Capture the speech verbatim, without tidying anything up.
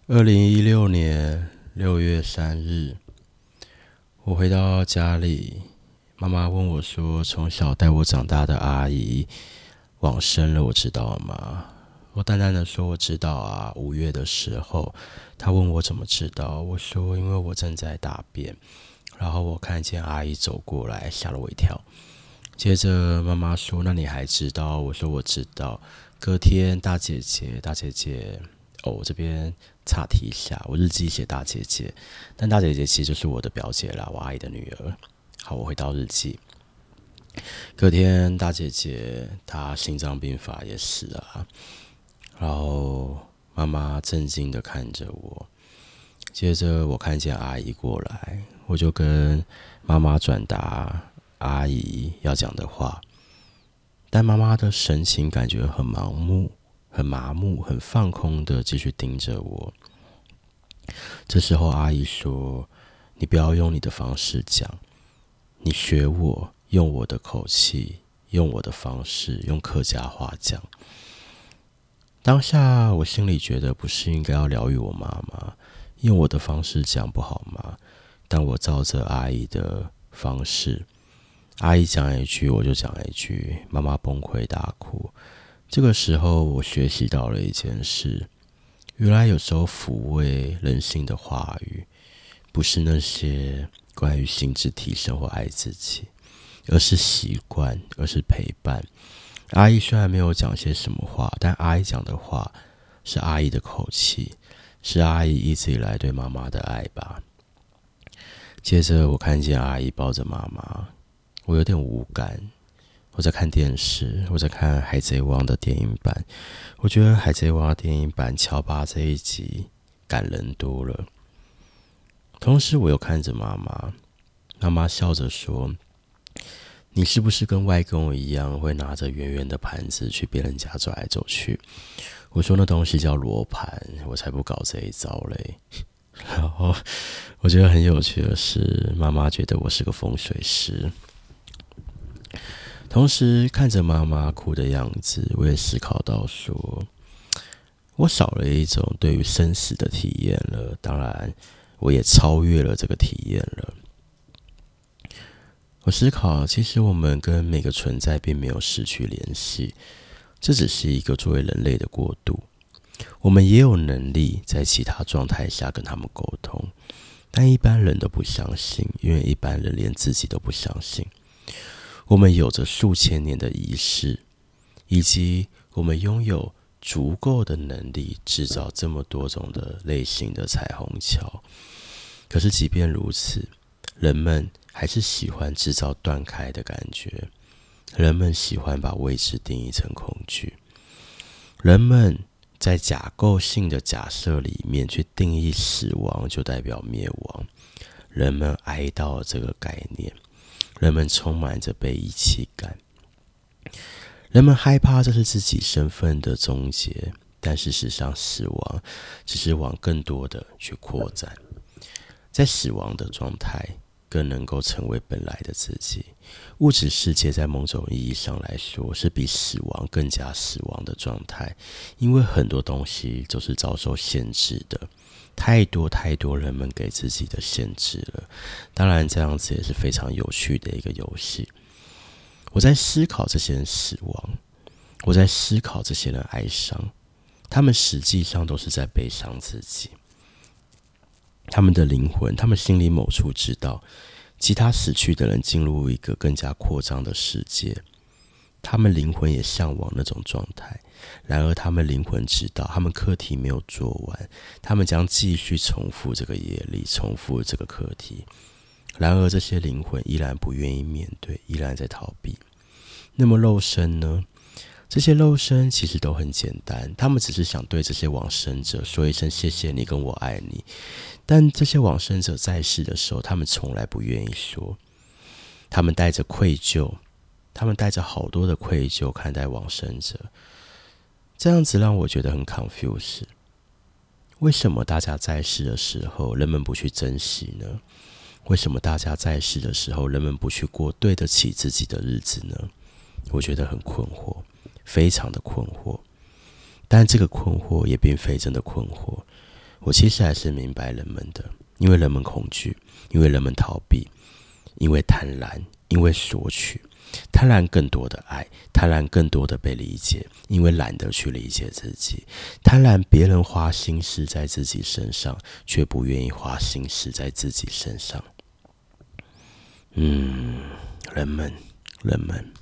二零一六年六月三日，我回到家里，妈妈问我说：“从小带我长大的阿姨往生了，我知道吗？”我淡淡的说：“我知道啊。”五月的时候，她问我怎么知道，我说：“因为我正在大便，然后我看见阿姨走过来，吓了我一跳。”接着妈妈说：“那你还知道？”我说：“我知道。”隔天大姐姐，大姐姐。哦，我这边岔题一下，我日记写大姐姐，但大姐姐其实就是我的表姐啦，我阿姨的女儿。好，我回到日记，隔天大姐姐她心脏病发也死啊，然后妈妈震惊的看着我，接着我看见阿姨过来，我就跟妈妈转达阿姨要讲的话，但妈妈的神情感觉很盲目。很麻木、很放空的继续盯着我。这时候阿姨说：“你不要用你的方式讲，你学我，用我的口气，用我的方式，用客家话讲。”当下我心里觉得不是应该要疗愈我妈妈，用我的方式讲不好吗？但我照着阿姨的方式，阿姨讲一句我就讲一句，妈妈崩溃大哭。这个时候，我学习到了一件事：原来有时候抚慰人心的话语，不是那些关于心智提升或爱自己，而是习惯，而是陪伴。阿姨虽然没有讲些什么话，但阿姨讲的话是阿姨的口气，是阿姨一直以来对妈妈的爱吧。接着，我看见阿姨抱着妈妈，我有点无感。我在看电视，我在看《海贼王》的电影版，我觉得《海贼王》的电影版乔巴这一集感人多了。同时，我又看着妈妈，妈妈笑着说：“你是不是跟外公一样，会拿着圆圆的盘子去别人家走来走去？”我说：“那东西叫罗盘，我才不搞这一招嘞。”然后我觉得很有趣的是，妈妈觉得我是个风水师。同时看着妈妈哭的样子，我也思考到说，我少了一种对于生死的体验了，当然我也超越了这个体验了。我思考，其实我们跟每个存在并没有失去联系，这只是一个作为人类的过渡。我们也有能力在其他状态下跟他们沟通，但一般人都不相信，因为一般人连自己都不相信。我们有着数千年的仪式，以及我们拥有足够的能力制造这么多种的类型的彩虹桥。可是即便如此，人们还是喜欢制造断开的感觉，人们喜欢把未知定义成恐惧，人们在假构性的假设里面去定义死亡就代表灭亡，人们哀悼这个概念，人们充满着被遗弃感，人们害怕这是自己身份的终结，但事实上死亡只是往更多的去扩展。在死亡的状态更能够成为本来的自己。物质世界在某种意义上来说是比死亡更加死亡的状态，因为很多东西都是遭受限制的，太多太多人们给自己的限制了。当然这样子也是非常有趣的一个游戏。我在思考这些人死亡，我在思考这些人哀伤，他们实际上都是在悲伤自己。他们的灵魂，他们心里某处知道，其他死去的人进入一个更加扩张的世界，他们灵魂也向往那种状态。然而他们灵魂知道，他们课题没有做完，他们将继续重复这个业力，重复这个课题。然而这些灵魂依然不愿意面对，依然在逃避。那么肉身呢？这些肉身其实都很简单，他们只是想对这些往生者说一声谢谢你跟我爱你。但这些往生者在世的时候，他们从来不愿意说，他们带着愧疚，他们带着好多的愧疚看待往生者。这样子让我觉得很 confused。 为什么大家在世的时候人们不去珍惜呢？为什么大家在世的时候人们不去过对得起自己的日子呢？我觉得很困惑，非常的困惑。但这个困惑也并非真的困惑， 我其实还是明白人们的，因为人们恐惧，因为人们逃避，因为贪婪，因为索取，贪婪更多的爱，贪婪更多的被理解，因为懒得去理解自己，贪婪别人花心思在自己身上，却不愿意花心思在自己身上。嗯，人们，人们。